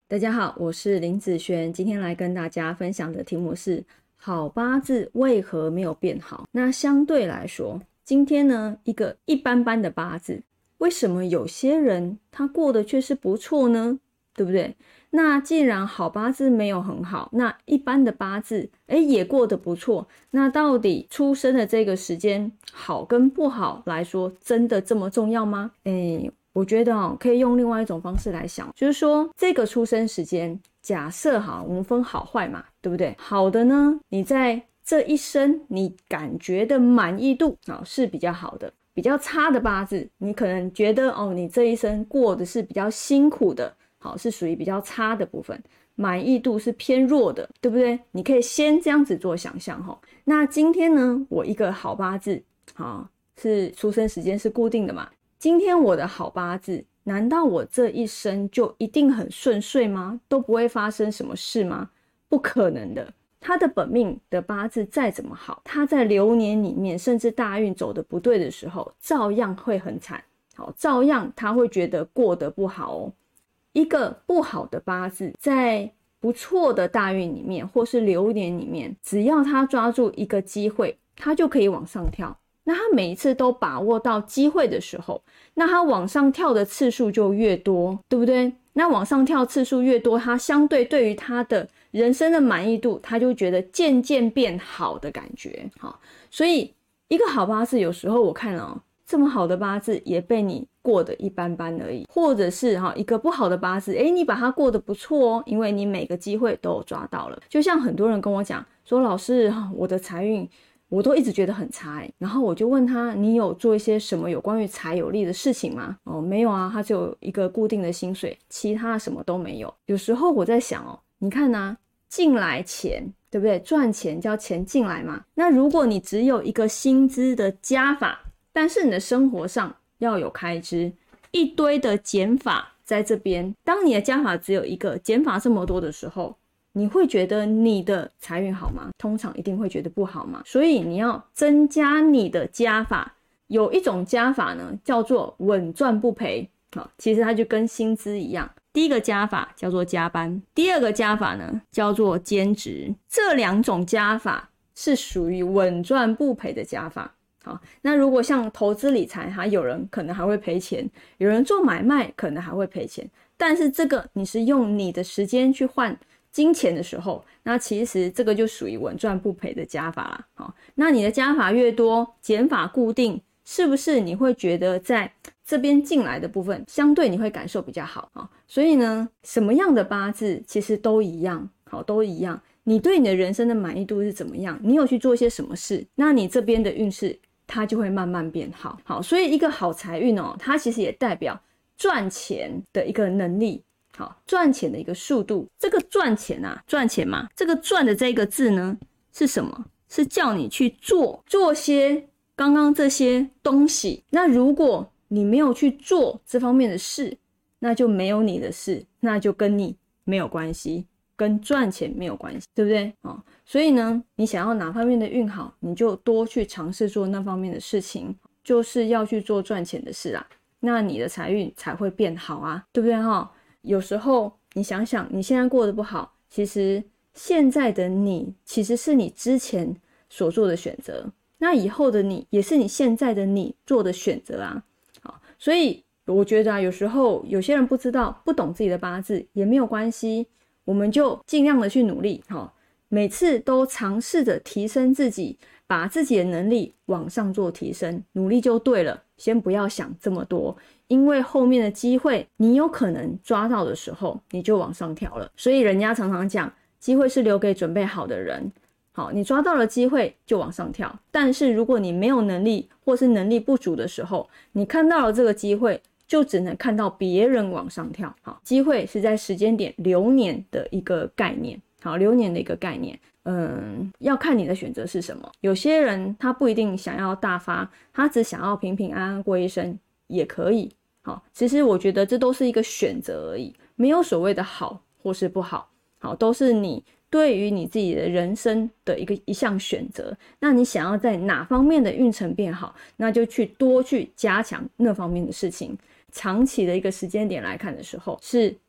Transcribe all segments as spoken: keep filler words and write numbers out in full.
大家好，我是林子璇，今天来跟大家分享的题目是好八字为何没有变好。那相对来说，今天呢一个一般般的八字，为什么有些人他过得却是不错呢？对不对？那既然好八字没有很好，那一般的八字诶也过得不错，那到底出生的这个时间好跟不好来说真的这么重要吗？诶我觉得哦，可以用另外一种方式来想，就是说这个出生时间，假设好，我们分好坏嘛，对不对？好的呢，你在这一生你感觉的满意度啊是比较好的，比较差的八字，你可能觉得哦，你这一生过的是比较辛苦的，好，是属于比较差的部分，满意度是偏弱的，对不对？你可以先这样子做想象哈。那今天呢，我一个好八字，好，是出生时间是固定的嘛？今天我的好八字，难道我这一生就一定很顺遂吗？都不会发生什么事吗？不可能的。他的本命的八字再怎么好，他在流年里面，甚至大运走得不对的时候，照样会很惨。好，照样他会觉得过得不好哦。一个不好的八字，在不错的大运里面，或是流年里面，只要他抓住一个机会，他就可以往上跳。那他每一次都把握到机会的时候，那他往上跳的次数就越多，对不对？那往上跳次数越多，他相对对于他的人生的满意度，他就觉得渐渐变好的感觉。好，所以一个好八字，有时候我看了哦，这么好的八字也被你过得一般般而已，或者是哈一个不好的八字，诶，你把它过得不错哦，因为你每个机会都有抓到了。就像很多人跟我讲说，老师，我的财运我都一直觉得很差欸，然后我就问他，你有做一些什么有关于财有利的事情吗？哦，没有啊，他只有一个固定的薪水，其他什么都没有。有时候我在想哦，你看啊，进来钱，对不对？赚钱叫钱进来嘛。那如果你只有一个薪资的加法，但是你的生活上要有开支，一堆的减法在这边，当你的加法只有一个，减法这么多的时候，你会觉得你的财运好吗？通常一定会觉得不好嘛。所以你要增加你的加法，有一种加法呢叫做稳赚不赔，好，其实它就跟薪资一样。第一个加法叫做加班，第二个加法呢叫做兼职，这两种加法是属于稳赚不赔的加法。好，那如果像投资理财，还有人可能还会赔钱，有人做买卖可能还会赔钱，但是这个你是用你的时间去换金钱的时候，那其实这个就属于稳赚不赔的加法啦。好，那你的加法越多，减法固定，是不是你会觉得在这边进来的部分相对你会感受比较好？好，所以呢，什么样的八字其实都一样，好，都一样。你对你的人生的满意度是怎么样？你有去做些什么事？那你这边的运势它就会慢慢变好。好，所以一个好财运哦，它其实也代表赚钱的一个能力。好，赚钱的一个速度，这个赚钱啊，赚钱嘛，这个赚的这个字呢是什么？是叫你去做做些刚刚这些东西。那如果你没有去做这方面的事，那就没有你的事，那就跟你没有关系，跟赚钱没有关系，对不对？哦，所以呢，你想要哪方面的运好，你就多去尝试做那方面的事情，就是要去做赚钱的事啊，那你的财运才会变好啊，对不对哈？有时候你想想，你现在过得不好，其实现在的你其实是你之前所做的选择，那以后的你也是你现在的你做的选择啊。好，所以我觉得啊，有时候有些人不知道不懂自己的八字也没有关系，我们就尽量的去努力，好，每次都尝试着提升自己，把自己的能力往上做提升，努力就对了，先不要想这么多，因为后面的机会你有可能抓到的时候，你就往上跳了。所以人家常常讲，机会是留给准备好的人。好，你抓到了机会就往上跳，但是如果你没有能力或是能力不足的时候，你看到了这个机会，就只能看到别人往上跳。好，机会是在时间点流年的一个概念。好，流年的一个概念，嗯，要看你的选择是什么。有些人他不一定想要大发，他只想要平平安安过一生也可以。好，其实我觉得这都是一个选择而已，没有所谓的好或是不好。好，都是你对于你自己的人生的一个一项选择。那你想要在哪方面的运程变好，那就去多去加强那方面的事情。长期的一个时间点来看的时候，是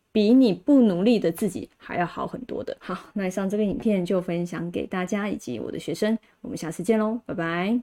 比你不努力的自己还要好很多的。好，那以上这个影片就分享给大家以及我的学生，我们下次见咯，拜拜。